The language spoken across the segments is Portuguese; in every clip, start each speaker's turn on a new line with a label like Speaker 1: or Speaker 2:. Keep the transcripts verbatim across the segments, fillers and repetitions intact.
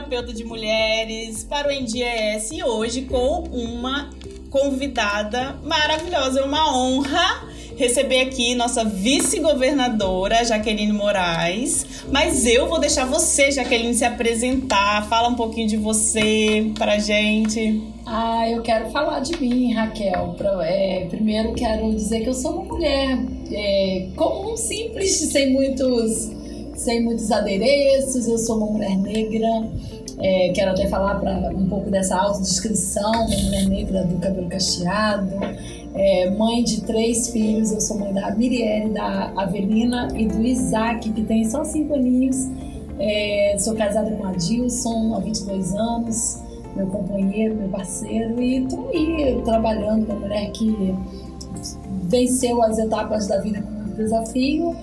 Speaker 1: terapeuta de mulheres, para o N D E S, e hoje com uma convidada maravilhosa. É uma honra receber aqui nossa vice-governadora, Jaqueline Moraes. Mas eu vou deixar você, Jaqueline, se apresentar. Fala um pouquinho de você pra gente.
Speaker 2: Ah, eu quero falar de mim, Raquel. Pra, é, primeiro quero dizer que eu sou uma mulher é, comum, simples, sem muitos, sem muitos adereços. Eu sou uma mulher negra. É, quero até falar pra, um pouco dessa autodescrição, uma mulher negra do cabelo cacheado. É, mãe de três filhos, eu sou mãe da Mirielle, da Avelina e do Isaac, que tem só cinco aninhos. É, sou casada com a Dilson há vinte e dois anos, meu companheiro, meu parceiro, e estou aí trabalhando com uma mulher que venceu as etapas da vida com muito desafio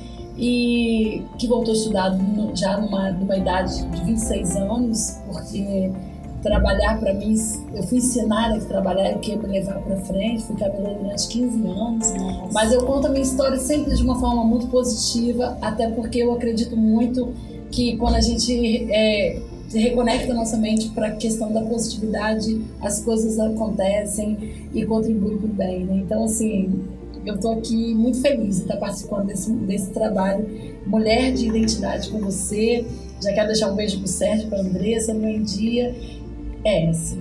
Speaker 2: e que voltou a estudar já numa, numa idade de vinte e seis anos, porque trabalhar para mim, eu fui ensinada que trabalhar é o que ia me levar para frente, fui cabeleireira durante quinze anos. Nossa. Mas eu conto a minha história sempre de uma forma muito positiva, até porque eu acredito muito que quando a gente é, reconecta a nossa mente para a questão da positividade, as coisas acontecem e contribuem para o bem, né? Então, assim, eu estou aqui muito feliz de estar participando desse, desse trabalho Mulher de Identidade com você. Já quero deixar um beijo pro Sérgio, para a Andressa, no Em Dia. É, assim.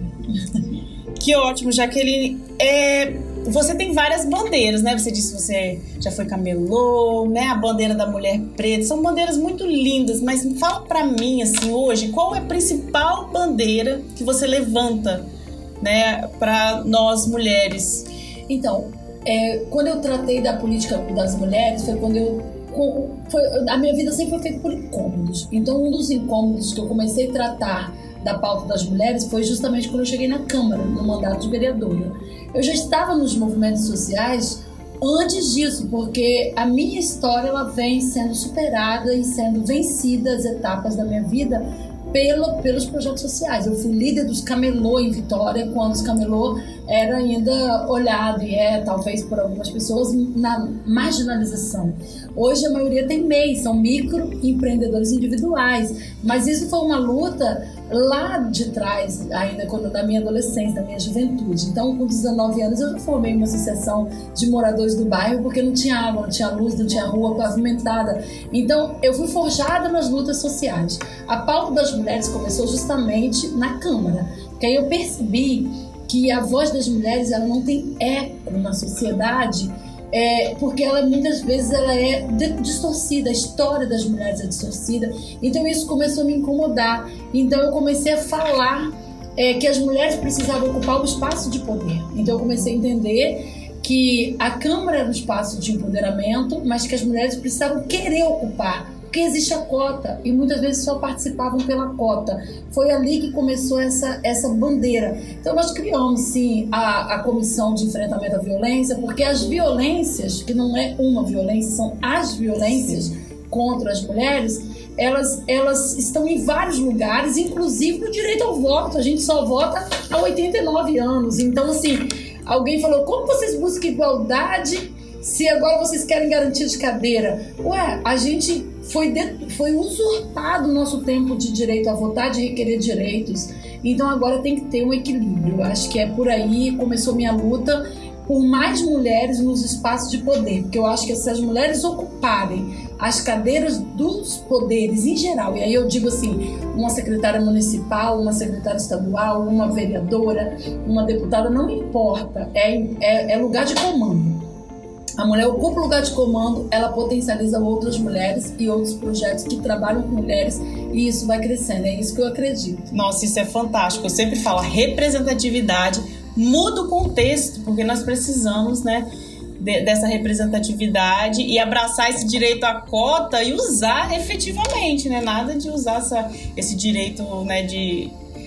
Speaker 1: Que ótimo, Jaqueline. É, você tem várias bandeiras, né? Você disse que você já foi camelô, né? A bandeira da mulher preta. São bandeiras muito lindas, mas fala pra mim, assim, hoje, qual é a principal bandeira que você levanta, né, pra nós mulheres?
Speaker 2: Então, é, quando eu tratei da política das mulheres, foi quando eu foi, a minha vida sempre foi feita por incômodos. Então, um dos incômodos que eu comecei a tratar da pauta das mulheres foi justamente quando eu cheguei na Câmara, no mandato de vereadora. Eu já estava nos movimentos sociais antes disso, porque a minha história ela vem sendo superada e sendo vencida as etapas da minha vida pelo, pelos projetos sociais. Eu fui líder dos camelô em Vitória, quando os camelô era ainda olhado e é, talvez por algumas pessoas, na marginalização. Hoje a maioria tem M E I, são microempreendedores individuais, mas isso foi uma luta lá de trás, ainda quando da minha adolescência, da minha juventude. Então, com dezenove anos, eu já formei uma associação de moradores do bairro, porque não tinha água, não tinha luz, não tinha rua pavimentada. Então, eu fui forjada nas lutas sociais. A pauta das mulheres começou justamente na Câmara, porque aí eu percebi que a voz das mulheres ela não tem eco na sociedade, É, porque ela muitas vezes ela é distorcida, a história das mulheres é distorcida. Então isso começou a me incomodar. Então eu comecei a falar é, que as mulheres precisavam ocupar o espaço de poder. Então eu comecei a entender que a Câmara era um espaço de empoderamento, mas que as mulheres precisavam querer ocupar, porque existe a cota e muitas vezes só participavam pela cota. Foi ali que começou essa, essa bandeira. Então nós criamos sim a, a Comissão de Enfrentamento à Violência, porque as violências, que não é uma violência, são as violências contra as mulheres, elas, elas estão em vários lugares, inclusive no direito ao voto. A gente só vota há oitenta e nove anos. Então assim, alguém falou, como vocês buscam igualdade se agora vocês querem garantia de cadeira? Ué, a gente foi, de, foi usurpado o nosso tempo de direito a votar, de requerer direitos. Então agora tem que ter um equilíbrio. Eu acho que é por aí que começou minha luta por mais mulheres nos espaços de poder. Porque eu acho que se as mulheres ocuparem as cadeiras dos poderes em geral, e aí eu digo assim, uma secretária municipal, uma secretária estadual, uma vereadora, uma deputada, não importa, é, é, é lugar de comando. A mulher ocupa o lugar de comando, ela potencializa outras mulheres e outros projetos que trabalham com mulheres e isso vai crescendo, é isso que eu acredito.
Speaker 1: Nossa, isso é fantástico. Eu sempre falo, a representatividade muda o contexto, porque nós precisamos, né, de, dessa representatividade e abraçar esse direito à cota e usar efetivamente, né? Nada de usar essa, esse direito, né, de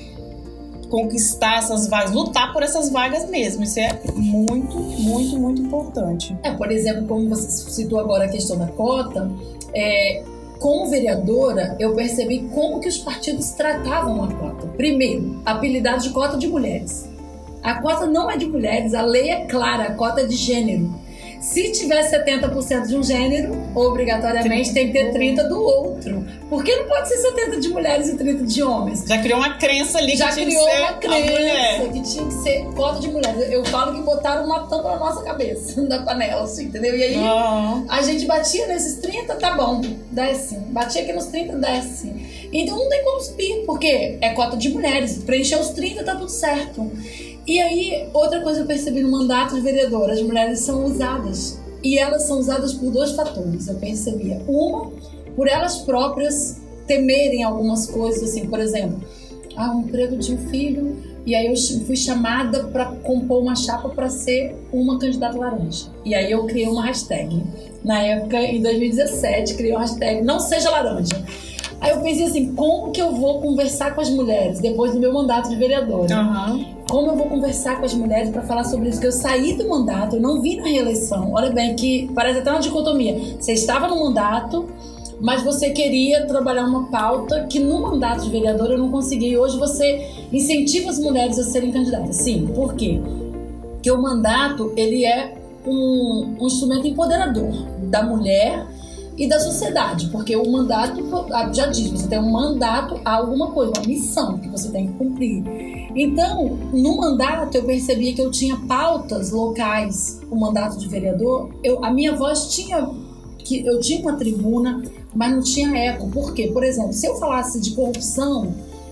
Speaker 1: conquistar essas vagas, lutar por essas vagas mesmo. Isso é muito, muito, muito importante.
Speaker 2: É, por exemplo, como você citou agora a questão da cota, é, como vereadora, eu percebi como que os partidos tratavam a cota. Primeiro, apelidado de cota de mulheres. A cota não é de mulheres, a lei é clara, a cota é de gênero. Se tiver setenta por cento de um gênero, obrigatoriamente tem que ter trinta por cento do outro. Porque não pode ser setenta de mulheres e trinta de homens.
Speaker 1: Já criou uma crença ali que
Speaker 2: Já
Speaker 1: tinha
Speaker 2: criou
Speaker 1: que ser
Speaker 2: uma crença
Speaker 1: a mulher.
Speaker 2: que tinha que ser cota de mulheres. Eu falo que botaram uma tampa na nossa cabeça, da panela, assim, entendeu? E aí
Speaker 1: Uhum.
Speaker 2: a gente batia nesses trinta, tá bom, desce. Batia aqui nos trinta, desce. Então não tem como subir, porque é cota de mulheres. Preencher os trinta, tá tudo certo. E aí, outra coisa que eu percebi no mandato de vereadora, as mulheres são usadas. E elas são usadas por dois fatores, eu percebia. Uma, por elas próprias temerem algumas coisas, assim, por exemplo, ah, um emprego de um filho, e aí eu fui chamada para compor uma chapa para ser uma candidata laranja. E aí eu criei uma hashtag. Na época, em dois mil e dezessete, criei uma hashtag, não seja laranja. Aí eu pensei assim, como que eu vou conversar com as mulheres depois do meu mandato de vereadora?
Speaker 1: Uhum.
Speaker 2: Como eu vou conversar com as mulheres para falar sobre isso? Porque eu saí do mandato, eu não vi na reeleição. Olha bem, que parece até uma dicotomia. Você estava no mandato, mas você queria trabalhar uma pauta que no mandato de vereadora eu não consegui. E hoje você incentiva as mulheres a serem candidatas. Sim, por quê? Porque o mandato, ele é um, um instrumento empoderador da mulher e da sociedade, porque o mandato, já diz, você tem um mandato a alguma coisa, uma missão que você tem que cumprir. Então, no mandato eu percebia que eu tinha pautas locais, o mandato de vereador, eu, a minha voz tinha, que eu tinha uma tribuna, mas não tinha eco. Por quê? Por exemplo, se eu falasse de corrupção,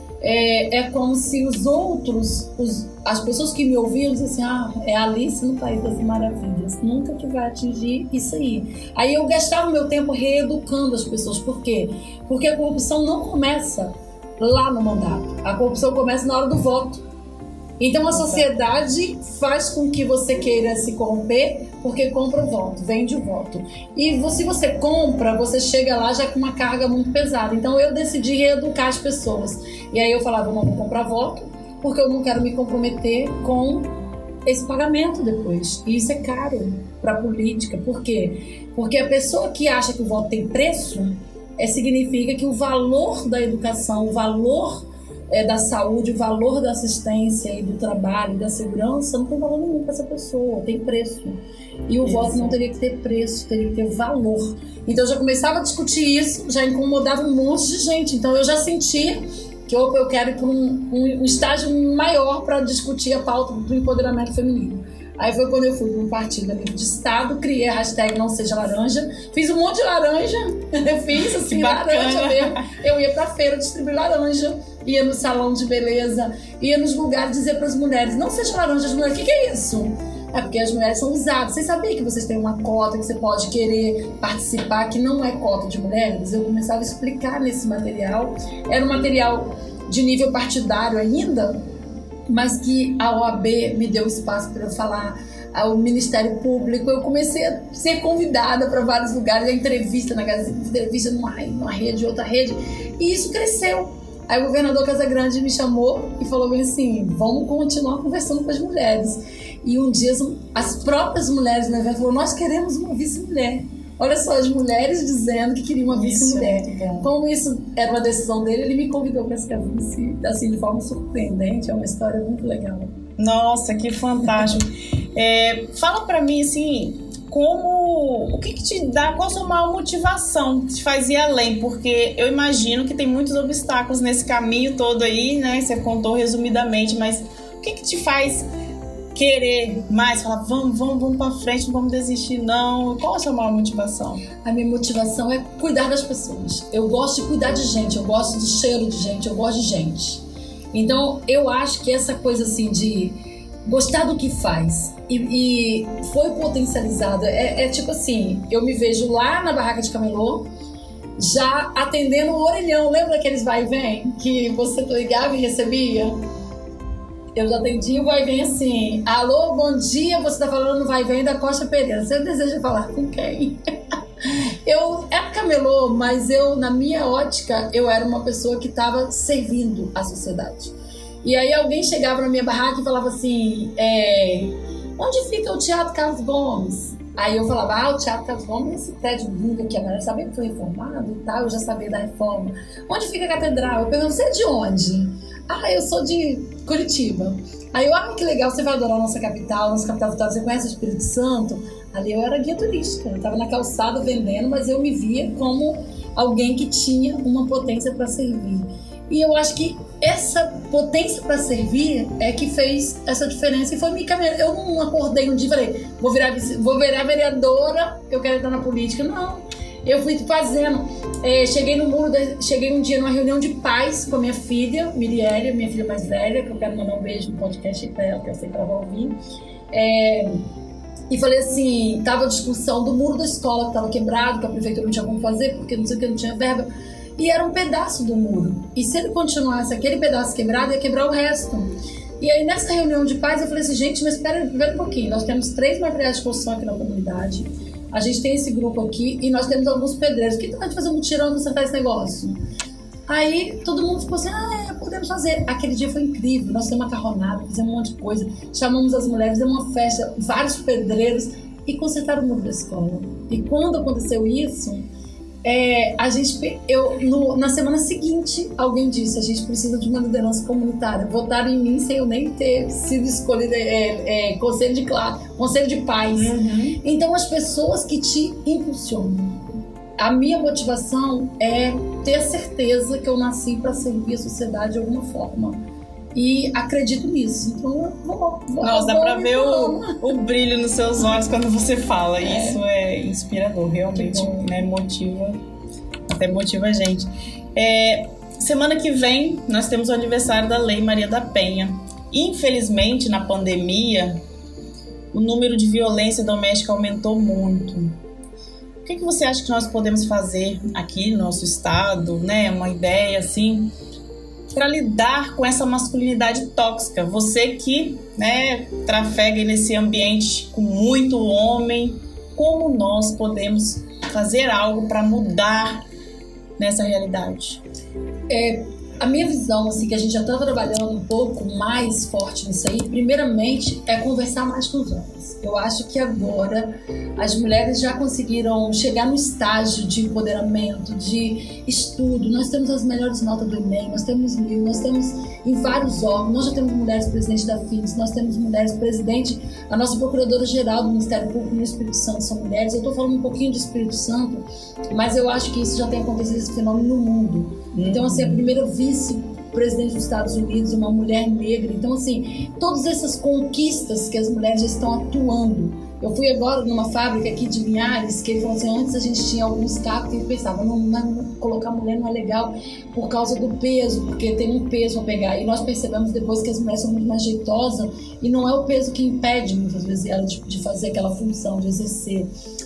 Speaker 2: é, é como se os outros, os, as pessoas que me ouviam dissessem, ah, é Alice no País das Maravilhas, nunca que vai atingir isso aí. Aí eu gastava o meu tempo reeducando as pessoas. Por quê? Porque a corrupção não começa lá no mandato, a corrupção começa na hora do voto. Então a sociedade faz com que você queira se corromper porque compra o voto, vende o voto. E se você compra, você chega lá já com uma carga muito pesada. Então eu decidi reeducar as pessoas. E aí eu falava, eu não vou comprar voto porque eu não quero me comprometer com esse pagamento depois. E isso é caro para a política. Por quê? Porque a pessoa que acha que o voto tem preço, é, significa que o valor da educação, o valor É, da saúde, o valor da assistência e do trabalho e da segurança não tem valor nenhum para essa pessoa, tem preço. E o isso. voto não teria que ter preço, teria que ter valor. Então eu já começava a discutir isso, já incomodava um monte de gente. Então eu já sentia que opa, eu quero ir para um, um, um estágio maior para discutir a pauta do empoderamento feminino. Aí foi quando eu fui para um partido a nível de estado, criei a hashtag Não Seja Laranja, fiz um monte de laranja, eu fiz assim, laranja mesmo. Eu ia para a feira distribuir laranja, ia no salão de beleza, ia nos lugares dizer para as mulheres, não seja laranja, as mulheres, o que, que é isso? É porque as mulheres são usadas. Vocês sabiam que vocês têm uma cota, que você pode querer participar, que não é cota de mulheres? Eu começava a explicar nesse material, era um material de nível partidário ainda, mas que a O A B me deu espaço para eu falar, ao Ministério Público. Eu comecei a ser convidada para vários lugares, a entrevista na Gazeta, entrevista numa, numa rede, outra rede, e isso cresceu. Aí o governador Casagrande me chamou e falou bem assim, vamos continuar conversando com as mulheres. E um dia as próprias mulheres no evento falaram, nós queremos uma vice-mulher. Olha só, as mulheres dizendo que queriam uma vice-mulher. Como isso era uma decisão dele, ele me convidou para ser vice, assim, de forma surpreendente. É uma história muito legal.
Speaker 1: Nossa, que fantástico. É, fala para mim, assim, como... O que que te dá... Qual a sua maior motivação que te faz ir além? Porque eu imagino que tem muitos obstáculos nesse caminho todo aí, né? Você contou resumidamente, mas o que que te faz... querer mais, falar, vamos, vamos, vamos pra frente, não vamos desistir, não. Qual a sua maior motivação?
Speaker 2: A minha motivação é cuidar das pessoas. Eu gosto de cuidar de gente, eu gosto do cheiro de gente, eu gosto de gente. Então, eu acho que essa coisa assim de gostar do que faz e, e foi potencializado. É, é tipo assim, eu me vejo lá na barraca de camelô, já atendendo o orelhão. Lembra daqueles vai e vem? Que você ligava e recebia? Eu já atendi o vai e vem assim, alô, bom dia, você tá falando no vai e vem da Costa Pereira, você deseja falar com quem? Eu era camelô, mas eu, na minha ótica, eu era uma pessoa que estava servindo a sociedade. E aí alguém chegava na minha barraca e falava assim, é, onde fica o Teatro Carlos Gomes? Aí eu falava, ah, o Teatro Carlos Gomes é esse prédio lindo aqui, eu sabia que foi reformado e tal, eu já sabia da reforma. Onde fica a catedral? Eu pergunto, você é de onde? Ah, eu sou de Curitiba. Aí eu, ah, que legal, você vai adorar a nossa capital, nossa capital vitória, você conhece o Espírito Santo? Ali eu era guia turística, eu estava na calçada vendendo, mas eu me via como alguém que tinha uma potência para servir. E eu acho que essa potência para servir é que fez essa diferença e foi me caminhando. Eu não acordei um dia e falei, vou virar, vou virar vereadora, eu quero entrar na política. Não, eu fui fazendo. É, cheguei no muro, da, cheguei um dia numa reunião de pais com a minha filha, Mirielle, minha filha mais velha, que eu quero mandar um beijo no podcast para ela, que eu sei que ela vai ouvir. É, E falei assim, tava a discussão do muro da escola que tava quebrado, que a prefeitura não tinha como fazer, porque não sei o que, não tinha verba. E era um pedaço do muro. E se ele continuasse aquele pedaço quebrado, ia quebrar o resto. E aí nessa reunião de pais eu falei assim, gente, mas espera, espera um pouquinho. Nós temos três materiais de construção aqui na comunidade. A gente tem esse grupo aqui e nós temos alguns pedreiros. O que tu vai fazer um mutirão e consertar esse negócio? Aí todo mundo ficou assim, ah, é, podemos fazer. Aquele dia foi incrível, nós fizemos macarronada, fizemos um monte de coisa, chamamos as mulheres, fizemos uma festa, vários pedreiros e consertaram o muro da escola. E quando aconteceu isso, é, a gente, eu, no, na semana seguinte, alguém disse, a gente precisa de uma liderança comunitária. Votaram em mim sem eu nem ter sido escolhida, é, é, conselho de classe, conselho de pais. Uhum. Então as pessoas que te impulsionam. A minha motivação é ter a certeza que eu nasci para servir a sociedade de alguma forma. E acredito nisso. Então eu vou. vou
Speaker 1: Nossa, dá para ver o, o brilho nos seus olhos quando você fala. É. Isso é inspirador, realmente. Né, motiva, até motiva a gente. É, semana que vem nós temos o aniversário da Lei Maria da Penha. Infelizmente, na pandemia, o número de violência doméstica aumentou muito. O que, que você acha que nós podemos fazer aqui no nosso estado, né? Uma ideia assim, para lidar com essa masculinidade tóxica? Você que, né, trafega nesse ambiente com muito homem, como nós podemos fazer algo para mudar nessa realidade?
Speaker 2: É, a minha visão, assim, que a gente já está trabalhando um pouco mais forte nisso aí, primeiramente, é conversar mais com os homens. Eu acho que agora as mulheres já conseguiram chegar no estágio de empoderamento, de estudo. Nós temos as melhores notas do Enem, nós temos mil, nós temos em vários órgãos, nós já temos mulheres presidente da F I D S, nós temos mulheres presidente, a nossa procuradora-geral do Ministério Público no Espírito Santo são mulheres. Eu estou falando um pouquinho de Espírito Santo, mas eu acho que isso já tem acontecido, esse fenômeno no mundo. Então, assim, a primeira vice-presidente dos Estados Unidos, uma mulher negra. Então, assim, todas essas conquistas que as mulheres já estão atuando. Eu fui agora numa fábrica aqui de Linhares, que ele falou assim, antes a gente tinha alguns carros que a gente pensava, não, não, colocar mulher não é legal por causa do peso, porque tem um peso a pegar. E nós percebemos depois que as mulheres são muito mais jeitosas e não é o peso que impede, muitas vezes, ela de, de fazer aquela função, de exercer.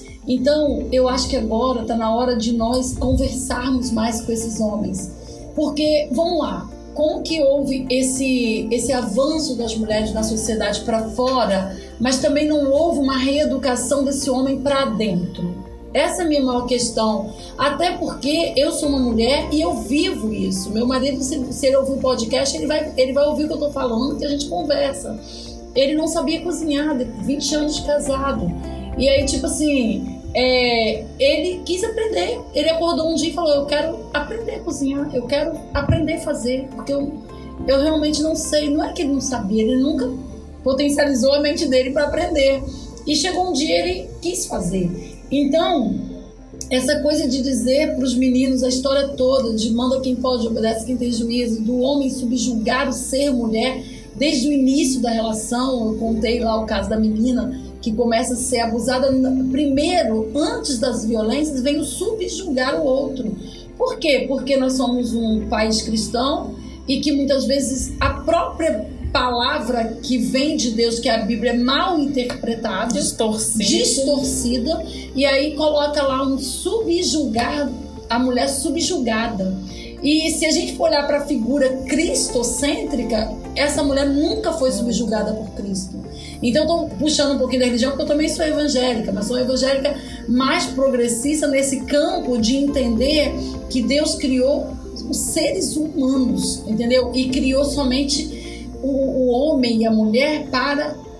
Speaker 2: Então, eu acho que agora está na hora de nós conversarmos mais com esses homens. Porque, vamos lá, como que houve esse, esse avanço das mulheres na sociedade para fora, mas também não houve uma reeducação desse homem para dentro? Essa é a minha maior questão. Até porque eu sou uma mulher e eu vivo isso. Meu marido, se, se ele ouvir o podcast, ele vai, ele vai ouvir o que eu estou falando, que a gente conversa. Ele não sabia cozinhar, vinte anos de casado. E aí, tipo assim... É, ele quis aprender, ele acordou um dia e falou, eu quero aprender a cozinhar, eu quero aprender a fazer, porque eu, eu realmente não sei. Não é que ele não sabia, ele nunca potencializou a mente dele para aprender, e chegou um dia ele quis fazer. Então, essa coisa de dizer para os meninos a história toda, de manda quem pode, obedece quem tem juízo, do homem subjugar o ser mulher desde o início da relação. Eu contei lá o caso da menina que começa a ser abusada primeiro, antes das violências, vem o subjugar o outro. Por quê? Porque nós somos um país cristão e que muitas vezes a própria palavra que vem de Deus, que é a Bíblia, é mal interpretada,
Speaker 1: distorcida,
Speaker 2: distorcida e aí coloca lá um subjugar, a mulher subjugada. E se a gente for olhar para a figura cristocêntrica, essa mulher nunca foi subjugada por Cristo. Então eu estou puxando um pouquinho da religião, porque eu também sou evangélica, mas sou evangélica mais progressista nesse campo de entender que Deus criou os seres humanos, entendeu? E criou somente o, o homem e a mulher para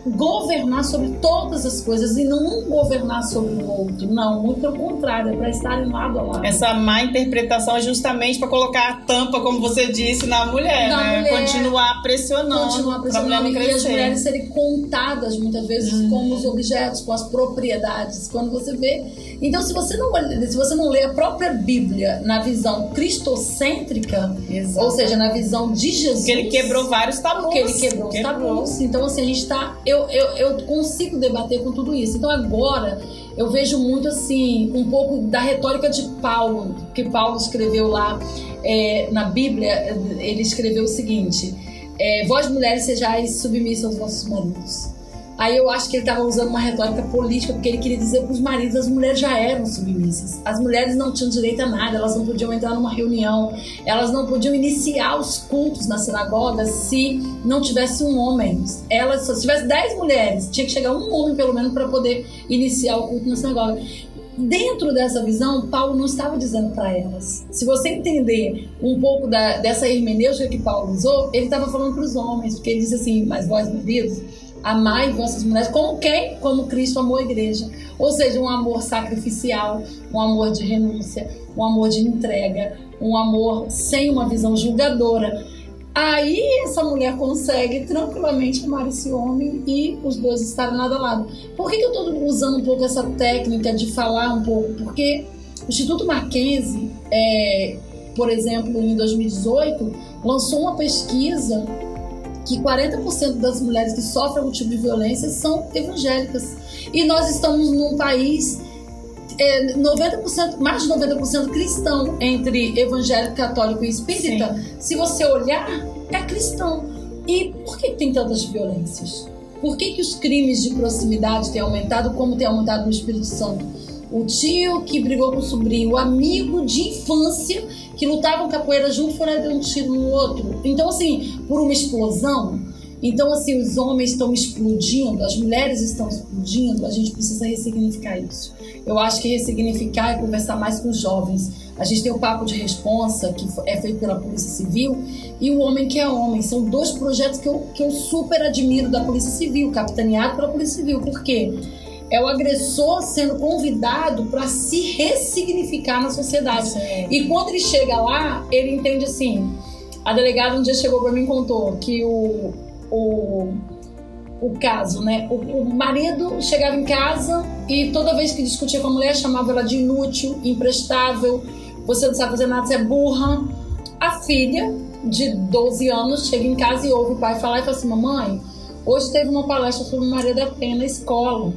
Speaker 2: governar sobre todas as coisas e não um governar sobre o outro. Não, muito pelo contrário, é para estarem lado a lado.
Speaker 1: Essa má interpretação é justamente para colocar a tampa, como você disse, na mulher,
Speaker 2: na
Speaker 1: né?
Speaker 2: mulher,
Speaker 1: continuar pressionando.
Speaker 2: Continuar pressionando e as mulheres serem contadas muitas vezes uhum. como os objetos, com as propriedades. Quando você vê. Então, se você não, se você não lê a própria Bíblia na visão cristocêntrica, exato. Ou seja, na visão de Jesus.
Speaker 1: Porque ele quebrou vários tabus.
Speaker 2: Porque ele quebrou, quebrou. os tabus. Então, assim, a gente está. Eu, eu, eu consigo debater com tudo isso. Então, agora, eu vejo muito, assim, um pouco da retórica de Paulo, que Paulo escreveu lá é, na Bíblia. Ele escreveu o seguinte: é, vós, mulheres, sejais submissas aos vossos maridos. Aí eu acho que ele estava usando uma retórica política, porque ele queria dizer para os maridos que as mulheres já eram submissas. As mulheres não tinham direito a nada, elas não podiam entrar numa reunião, elas não podiam iniciar os cultos na sinagoga se não tivesse um homem. Elas, se tivesse dez mulheres, tinha que chegar um homem pelo menos para poder iniciar o culto na sinagoga. Dentro dessa visão, Paulo não estava dizendo para elas. Se você entender um pouco da, dessa hermenêutica que Paulo usou, ele estava falando para os homens, porque ele disse assim: mas vós, maridos, amai vossas mulheres como quem? Como Cristo amou a igreja. Ou seja, um amor sacrificial, um amor de renúncia, um amor de entrega, um amor sem uma visão julgadora. Aí essa mulher consegue tranquilamente amar esse homem e os dois estarem lado a lado. Por que que eu estou usando um pouco essa técnica de falar um pouco? Porque o Instituto Mackenzie, é, por exemplo, em dois mil e dezoito, lançou uma pesquisa que quarenta por cento das mulheres que sofrem algum tipo de violência são evangélicas. E nós estamos num país é, noventa por cento, mais de noventa por cento cristão, entre evangélico, católico e espírita. Sim. Se você olhar, é cristão. E por que tem tantas violências? Por que que os crimes de proximidade têm aumentado, como tem aumentado no Espírito Santo? O tio que brigou com o sobrinho, o amigo de infância que lutavam capoeira junto, foi lá e deu um tiro no outro. Então, assim, por uma explosão. Então, assim, os homens estão explodindo, as mulheres estão explodindo, a gente precisa ressignificar isso. Eu acho que ressignificar é conversar mais com os jovens. A gente tem o Papo de Responsa, que é feito pela Polícia Civil, e o Homem que é Homem. São dois projetos que eu, que eu super admiro da Polícia Civil, capitaneado pela Polícia Civil. Por quê? É o agressor sendo convidado para se ressignificar na sociedade. Sim. E quando ele chega lá, ele entende assim. A delegada um dia chegou para mim e contou que o, o, o caso, né? O, o marido chegava em casa e toda vez que discutia com a mulher, chamava ela de inútil, imprestável, você não sabe fazer nada, você é burra. A filha, de doze anos, chega em casa e ouve o pai falar e fala assim: mamãe, hoje teve uma palestra sobre Maria da Penha na escola.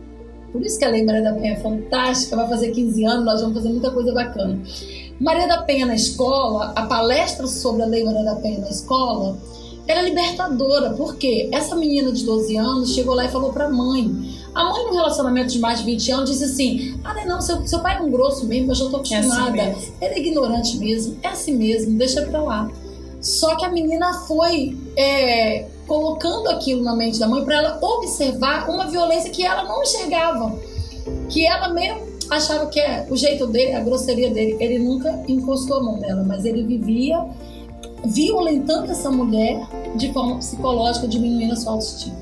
Speaker 2: Por isso que a Lei Maria da Penha é fantástica, vai fazer quinze anos, nós vamos fazer muita coisa bacana. Maria da Penha na escola, a palestra sobre a Lei Maria da Penha na escola, era libertadora, porque essa menina de doze anos chegou lá e falou pra mãe. A mãe, num relacionamento de mais de vinte anos, disse assim: ah, não, não, seu, seu pai é um grosso mesmo, eu já tô acostumada. É assim ele é ignorante mesmo, é assim mesmo, deixa pra lá. Só que a menina foi é, colocando aquilo na mente da mãe para ela observar uma violência que ela não enxergava, que ela mesmo achava que é o jeito dele, a grosseria dele. Ele nunca encostou a mão nela, mas ele vivia violentando essa mulher de forma psicológica, diminuindo a sua autoestima.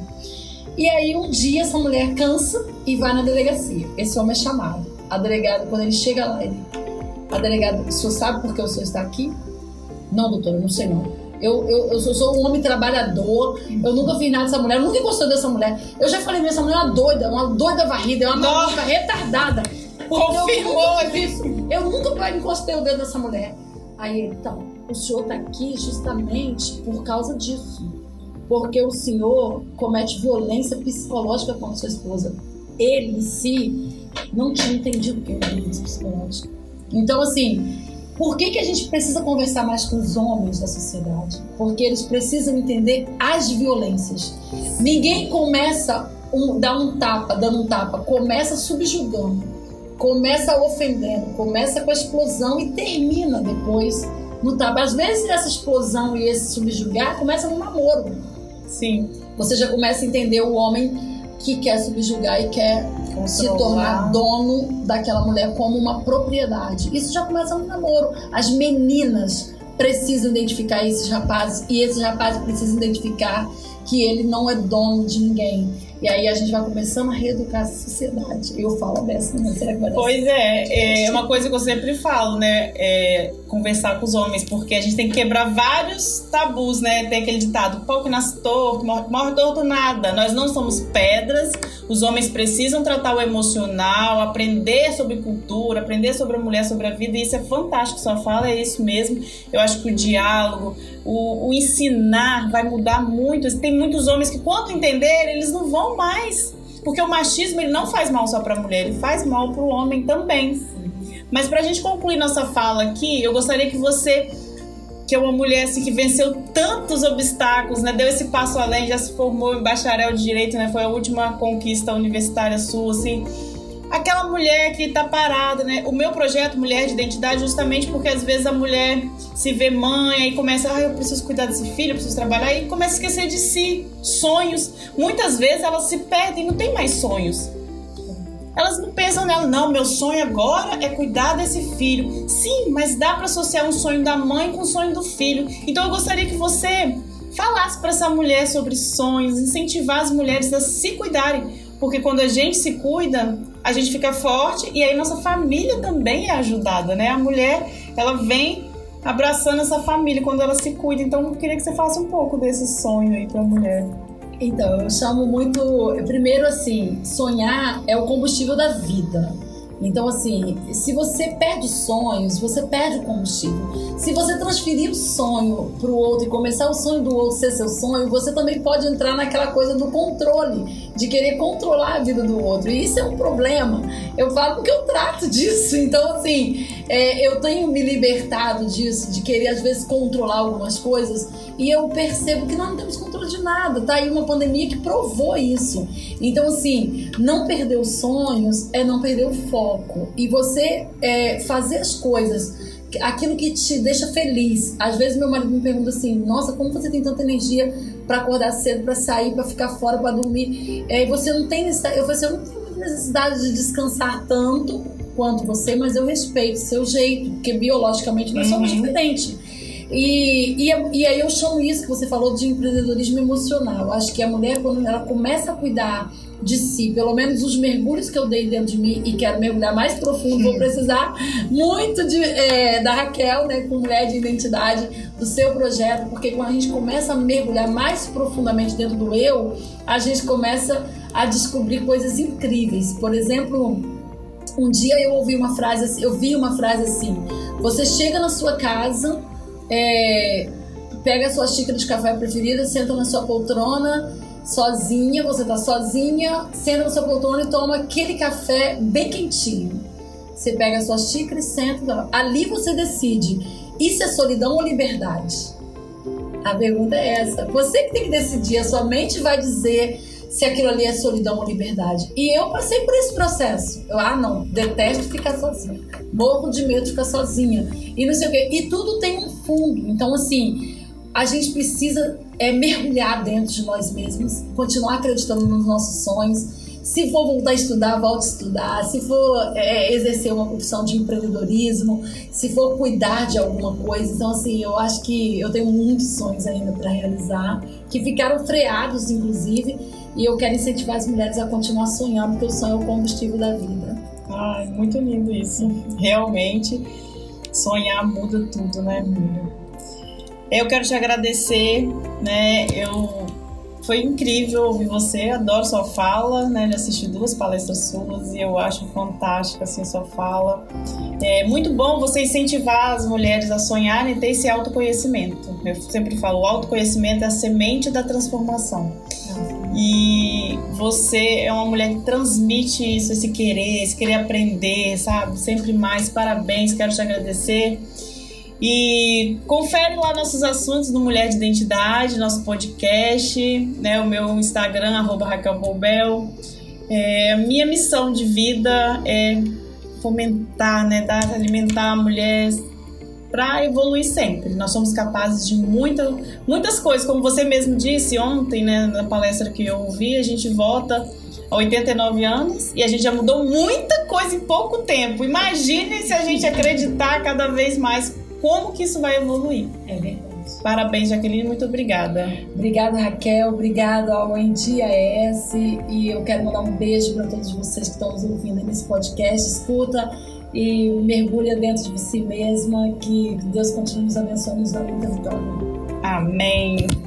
Speaker 2: E aí um dia essa mulher cansa e vai na delegacia. Esse homem é chamado. A delegada, quando ele chega lá, ele, a delegada: o senhor sabe por que o senhor está aqui? Não, doutora, eu não sei não. Eu, eu, eu sou, sou um homem trabalhador, eu nunca fiz nada dessa mulher, eu nunca gostei dessa mulher. Eu já falei mesmo, essa mulher é uma doida, uma doida varrida, é uma maluca retardada.
Speaker 1: Confirmou
Speaker 2: isso. Eu nunca encostei o dedo nessa mulher. Aí ele: então, o senhor está aqui justamente por causa disso. Porque o senhor comete violência psicológica contra sua esposa. Ele em si não tinha entendido o que é violência psicológica. Então, assim, por que que a gente precisa conversar mais com os homens da sociedade? Porque eles precisam entender as violências. Ninguém começa um, dá um tapa, dando um tapa, começa subjugando, começa ofendendo, começa com a explosão e termina depois no tapa. Às vezes essa explosão e esse subjugar começa no namoro.
Speaker 1: Sim.
Speaker 2: Você já começa a entender o homem que quer subjugar e quer controlar, se tornar dono daquela mulher como uma propriedade. Isso já começa no namoro. As meninas precisam identificar esses rapazes e esses rapazes precisam identificar que ele não é dono de ninguém. E aí a gente vai começando a reeducar essa sociedade. Eu falo dessa, né? Será que vai dar
Speaker 1: Pois é, é uma coisa que eu sempre falo, né? É conversar com os homens, porque a gente tem que quebrar vários tabus, né? Tem aquele ditado, pau que nasce torto, morre, morre torto nada. Nós não somos pedras, os homens precisam tratar o emocional, aprender sobre cultura, aprender sobre a mulher, sobre a vida, e isso é fantástico, sua fala é isso mesmo. Eu acho que o diálogo, o, o ensinar vai mudar muito. Tem muitos homens que, quando entenderem, eles não vão mais, porque o machismo ele não faz mal só para a mulher, ele faz mal para o homem também. Mas para a gente concluir nossa fala aqui, eu gostaria que você, que é uma mulher assim, que venceu tantos obstáculos, né, deu esse passo além, já se formou em bacharel de direito, né, foi a última conquista universitária sua, assim, aquela mulher que tá parada, né? O meu projeto Mulher de Identidade, justamente porque às vezes a mulher se vê mãe e começa, ah, eu preciso cuidar desse filho, eu preciso trabalhar, e começa a esquecer de si, sonhos. Muitas vezes elas se perdem, não tem mais sonhos. Elas não pensam nela, não, meu sonho agora é cuidar desse filho. Sim, mas dá para associar um sonho da mãe com o sonho do filho. Então eu gostaria que você falasse para essa mulher sobre sonhos, incentivar as mulheres a se cuidarem, porque quando a gente se cuida, a gente fica forte e aí nossa família também é ajudada, né? A mulher, ela vem abraçando essa família quando ela se cuida. Então eu queria que você falasse um pouco desse sonho aí para a mulher.
Speaker 2: Então, eu chamo muito... Primeiro, assim, sonhar é o combustível da vida. Então, assim, se você perde sonhos, você perde o combustível. Se você transferir o sonho para o outro e começar o sonho do outro ser seu sonho, você também pode entrar naquela coisa do controle, de querer controlar a vida do outro. E isso é um problema. Eu falo porque eu trato disso. Então, assim, é, eu tenho me libertado disso, de querer, às vezes, controlar algumas coisas. E eu percebo que nós não temos controle de nada. Tá aí uma pandemia que provou isso. Então, assim, não perder os sonhos é não perder o foco. E você é, fazer as coisas, aquilo que te deixa feliz. Às vezes meu marido me pergunta assim, nossa, como você tem tanta energia para acordar cedo, para sair, para ficar fora, para dormir, é, você não tem necessidade. Eu falei assim, eu não tenho necessidade de descansar tanto quanto você, mas eu respeito o seu jeito, porque biologicamente nós somos
Speaker 1: uhum.
Speaker 2: diferentes. E, e, e aí eu chamo isso que você falou de empreendedorismo emocional. Eu acho que a mulher, quando ela começa a cuidar de si, pelo menos os mergulhos que eu dei dentro de mim, e quero mergulhar mais profundo, vou precisar muito de, é, da Raquel, né, com Mulher de Identidade, do seu projeto, porque quando a gente começa a mergulhar mais profundamente dentro do eu, a gente começa a descobrir coisas incríveis. Por exemplo, um dia eu ouvi uma frase, eu vi uma frase assim, você chega na sua casa, é, pega a sua xícara de café preferida, senta na sua poltrona, sozinha, você tá sozinha, senta na sua poltrona e toma aquele café bem quentinho. Você pega a sua xícara e senta. Ali você decide, isso é solidão ou liberdade? A pergunta é essa. Você que tem que decidir, a sua mente vai dizer se aquilo ali é solidão ou liberdade. E eu passei por esse processo. Eu, ah, não, detesto ficar sozinha. Morro de medo de ficar sozinha. E não sei o quê. E tudo tem um fundo. Então, assim, a gente precisa é, mergulhar dentro de nós mesmos, continuar acreditando nos nossos sonhos. Se for voltar a estudar, volte a estudar. Se for é, exercer uma profissão de empreendedorismo, se for cuidar de alguma coisa. Então, assim, eu acho que eu tenho muitos sonhos ainda para realizar, que ficaram freados, inclusive, e eu quero incentivar as mulheres a continuar sonhando, porque o sonho é o combustível da vida.
Speaker 1: Ai, muito lindo isso. Realmente, sonhar muda tudo, né, amiga? Eu quero te agradecer, né? Eu... Foi incrível ouvir você, adoro sua fala, né? Já assisti duas palestras suas e eu acho fantástica assim, sua fala. É muito bom você incentivar as mulheres a sonharem e ter esse autoconhecimento. Eu sempre falo, o autoconhecimento é a semente da transformação. E você é uma mulher que transmite isso, esse querer, esse querer aprender, sabe? Sempre mais, parabéns, quero te agradecer. E confere lá nossos assuntos no Mulher de Identidade, nosso podcast, né, o meu Instagram, arroba Raquel Poubel. É, minha missão de vida é fomentar, né, dar, alimentar a mulher para evoluir sempre. Nós somos capazes de muita, muitas coisas, como você mesmo disse ontem, né, na palestra que eu ouvi, a gente volta a oitenta e nove anos e a gente já mudou muita coisa em pouco tempo. Imagine se a gente acreditar cada vez mais como que isso vai evoluir.
Speaker 2: É verdade.
Speaker 1: Parabéns, Jaqueline, muito obrigada.
Speaker 2: Obrigada, Raquel, obrigada ao Endia S, e eu quero mandar um beijo para todos vocês que estão nos ouvindo nesse podcast. Escuta e mergulha dentro de si mesma, que Deus continue nos abençoando e nos dando muita vitória.
Speaker 1: Amém.